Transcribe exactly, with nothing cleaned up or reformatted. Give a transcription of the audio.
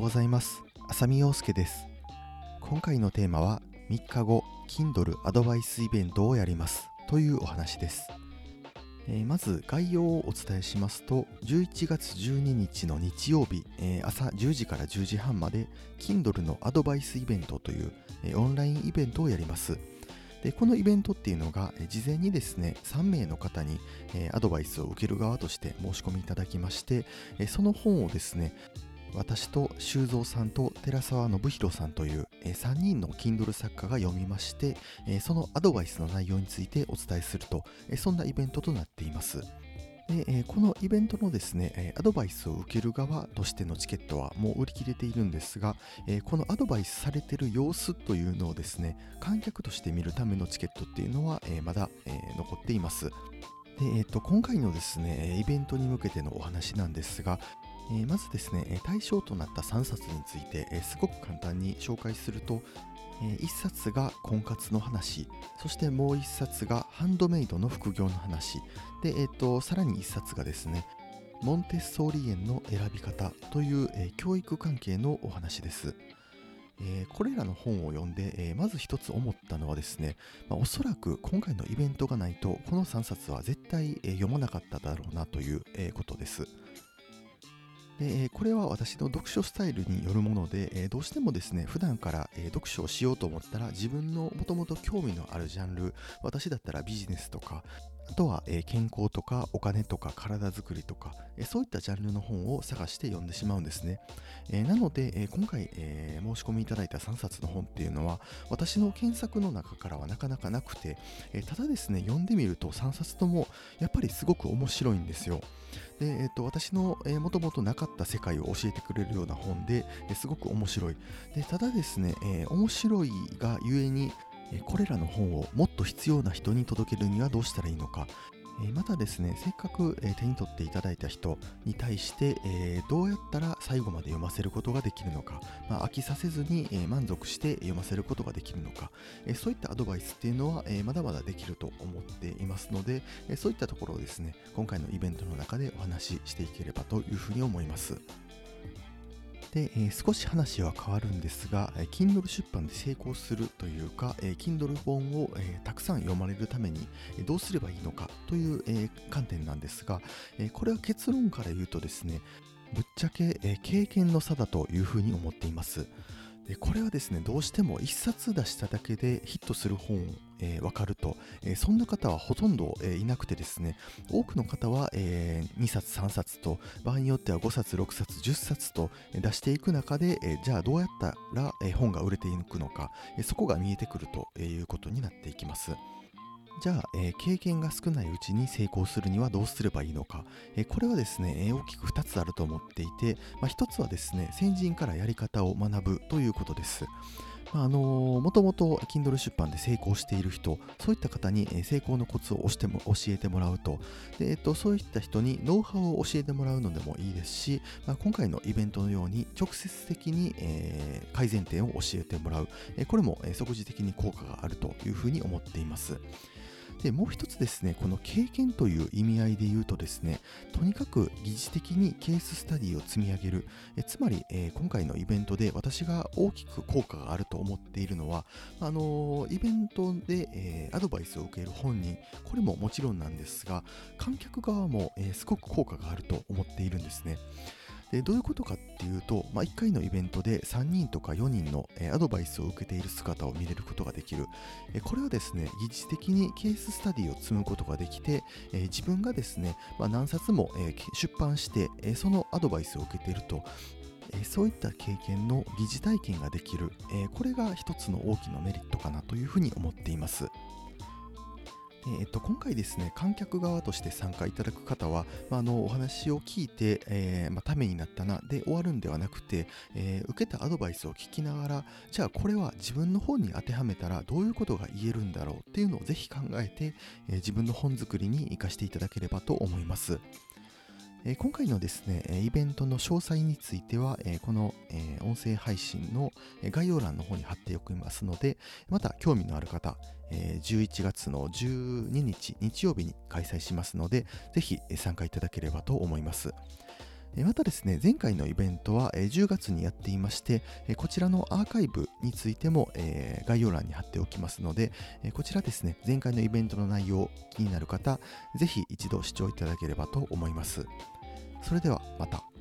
ございます。浅見陽介です。今回のテーマはみっかご Kindle アドバイスイベントをやりますというお話です。えーまず概要をお伝えしますと、じゅういちがつじゅうににちの日曜日、えー朝じゅうじからじゅうじはんまで Kindle のアドバイスイベントという、えーオンラインイベントをやります。でこのイベントっていうのが、えー事前にですねさんめいの方に、えーアドバイスを受ける側として申し込みいただきまして、えーその本をですね私と修造さんと寺澤信弘さんというえーさんにんの Kindle 作家が読みまして、えーそのアドバイスの内容についてお伝えすると、えーそんなイベントとなっています。でえーこのイベントのですね、えーアドバイスを受ける側としてのチケットはもう売り切れているんですが、えーこのアドバイスされている様子というのをですね、観客として見るためのチケットっていうのは、えーまだ、えー残っています。で、えーと、今回のですね、イベントに向けてのお話なんですが、えーまずですね、えー対象となったさんさつについて、えーすごく簡単に紹介すると、えーいっさつが婚活の話、そしてもういっさつがハンドメイドの副業の話、で、えーと、さらにいっさつがですね、モンテッソーリ園の選び方という、えー教育関係のお話です。えーこれらの本を読んで、えーまず一つ思ったのはですね、まあ、おそらく今回のイベントがないとこのさんさつは絶対、えー読まなかっただろうなという、えーことです。でえーこれは私の読書スタイルによるもので、えーどうしてもですね普段から、えー読書をしようと思ったら自分のもともと興味のあるジャンル、私だったらビジネスとか、あとは、えー健康とかお金とか体づくりとか、えーそういったジャンルの本を探して読んでしまうんですね。えーなので、えー今回、えー申し込みいただいたさんさつの本っていうのは私の検索の中からはなかなかなくて、えーただですね読んでみるとさんさつともやっぱりすごく面白いんですよ。で、えーと私のもともとなかった世界を教えてくれるような本で、えーすごく面白い。で、ただですね、えー面白いがゆえに、えーこれらの本をもっと必要な人に届けるにはどうしたらいいのか、えーまたですね、せっかく、えー手に取っていただいた人に対して、えーどうやったら最後まで読ませることができるのか、まあ、飽きさせずに、えー満足して読ませることができるのか、えーそういったアドバイスっていうのは、えーまだまだできると思っていますので、えーそういったところをですね、今回のイベントの中でお話ししていければというふうに思います。で、えー少し話は変わるんですが、えー Kindle 出版で成功するというか、えー Kindle 本を、えーたくさん読まれるために、えーどうすればいいのかという、えー観点なんですが、えーこれは結論から言うとですね、ぶっちゃけ、えー経験の差だというふうに思っています。でこれはですね、どうしてもいっさつ出しただけでヒットする本、えー、分かると、えーそんな方はほとんど、えーいなくてですね、多くの方は、えーにさつさんさつと場合によってはごさつろくさつじゅっさつとえー出していく中で、えーじゃあどうやったら、えー本が売れていくのか、えーそこが見えてくるということになっていきます。じゃあ、えー経験が少ないうちに成功するにはどうすればいいのか、えーこれはですね、えー大きくふたつあると思っていて、まあ、ひとつはですね、先人からやり方を学ぶということです。まああのー、もともと Kindle 出版で成功している人、そういった方にえー成功のコツを教えても教えてもらうと、で、えっと、そういった人にノウハウを教えてもらうのでもいいですし、まあ、今回のイベントのように直接的に、えー改善点を教えてもらう、えーこれも、えー即時的に効果があるというふうに思っています。で、もう一つですね、この経験という意味合いで言うとですね、とにかく疑似的にケーススタディを積み上げる、えつまり、えー今回のイベントで私が大きく効果があると思っているのは、あのーイベントで、えーアドバイスを受ける本人、これももちろんなんですが、観客側も、えーすごく効果があると思っているんですね。でどういうことかっていうと、まあ、いっかいのイベントでさんにんとかよにんの、えーアドバイスを受けている姿を見れることができる。えーこれはですね、疑似的にケーススタディを積むことができて、えー自分がですね、まあ、何冊も、えー出版して、えーそのアドバイスを受けていると、えーそういった経験の疑似体験ができる、えーこれが一つの大きなメリットかなというふうに思っています。えっと、今回ですね、観客側として参加いただく方は、まあ、あのお話を聞いて、えーまあ、ためになったなで終わるんではなくて、えー受けたアドバイスを聞きながら、じゃあこれは自分の本に当てはめたらどういうことが言えるんだろうっていうのをぜひ考えて、えー自分の本作りに活かしていただければと思います。えー今回のですね、イベントの詳細については、えーこの、えー音声配信の概要欄の方に貼っておきますので、また興味のある方、えーじゅういちがつのじゅうににち日曜日に開催しますので、ぜひ参加いただければと思います。 えーまたですね、前回のイベントはえーじゅうがつにやっていまして、えーこちらのアーカイブについてもえー概要欄に貼っておきますので、えーこちらですね、前回のイベントの内容気になる方、ぜひ一度視聴いただければと思います。それではまた。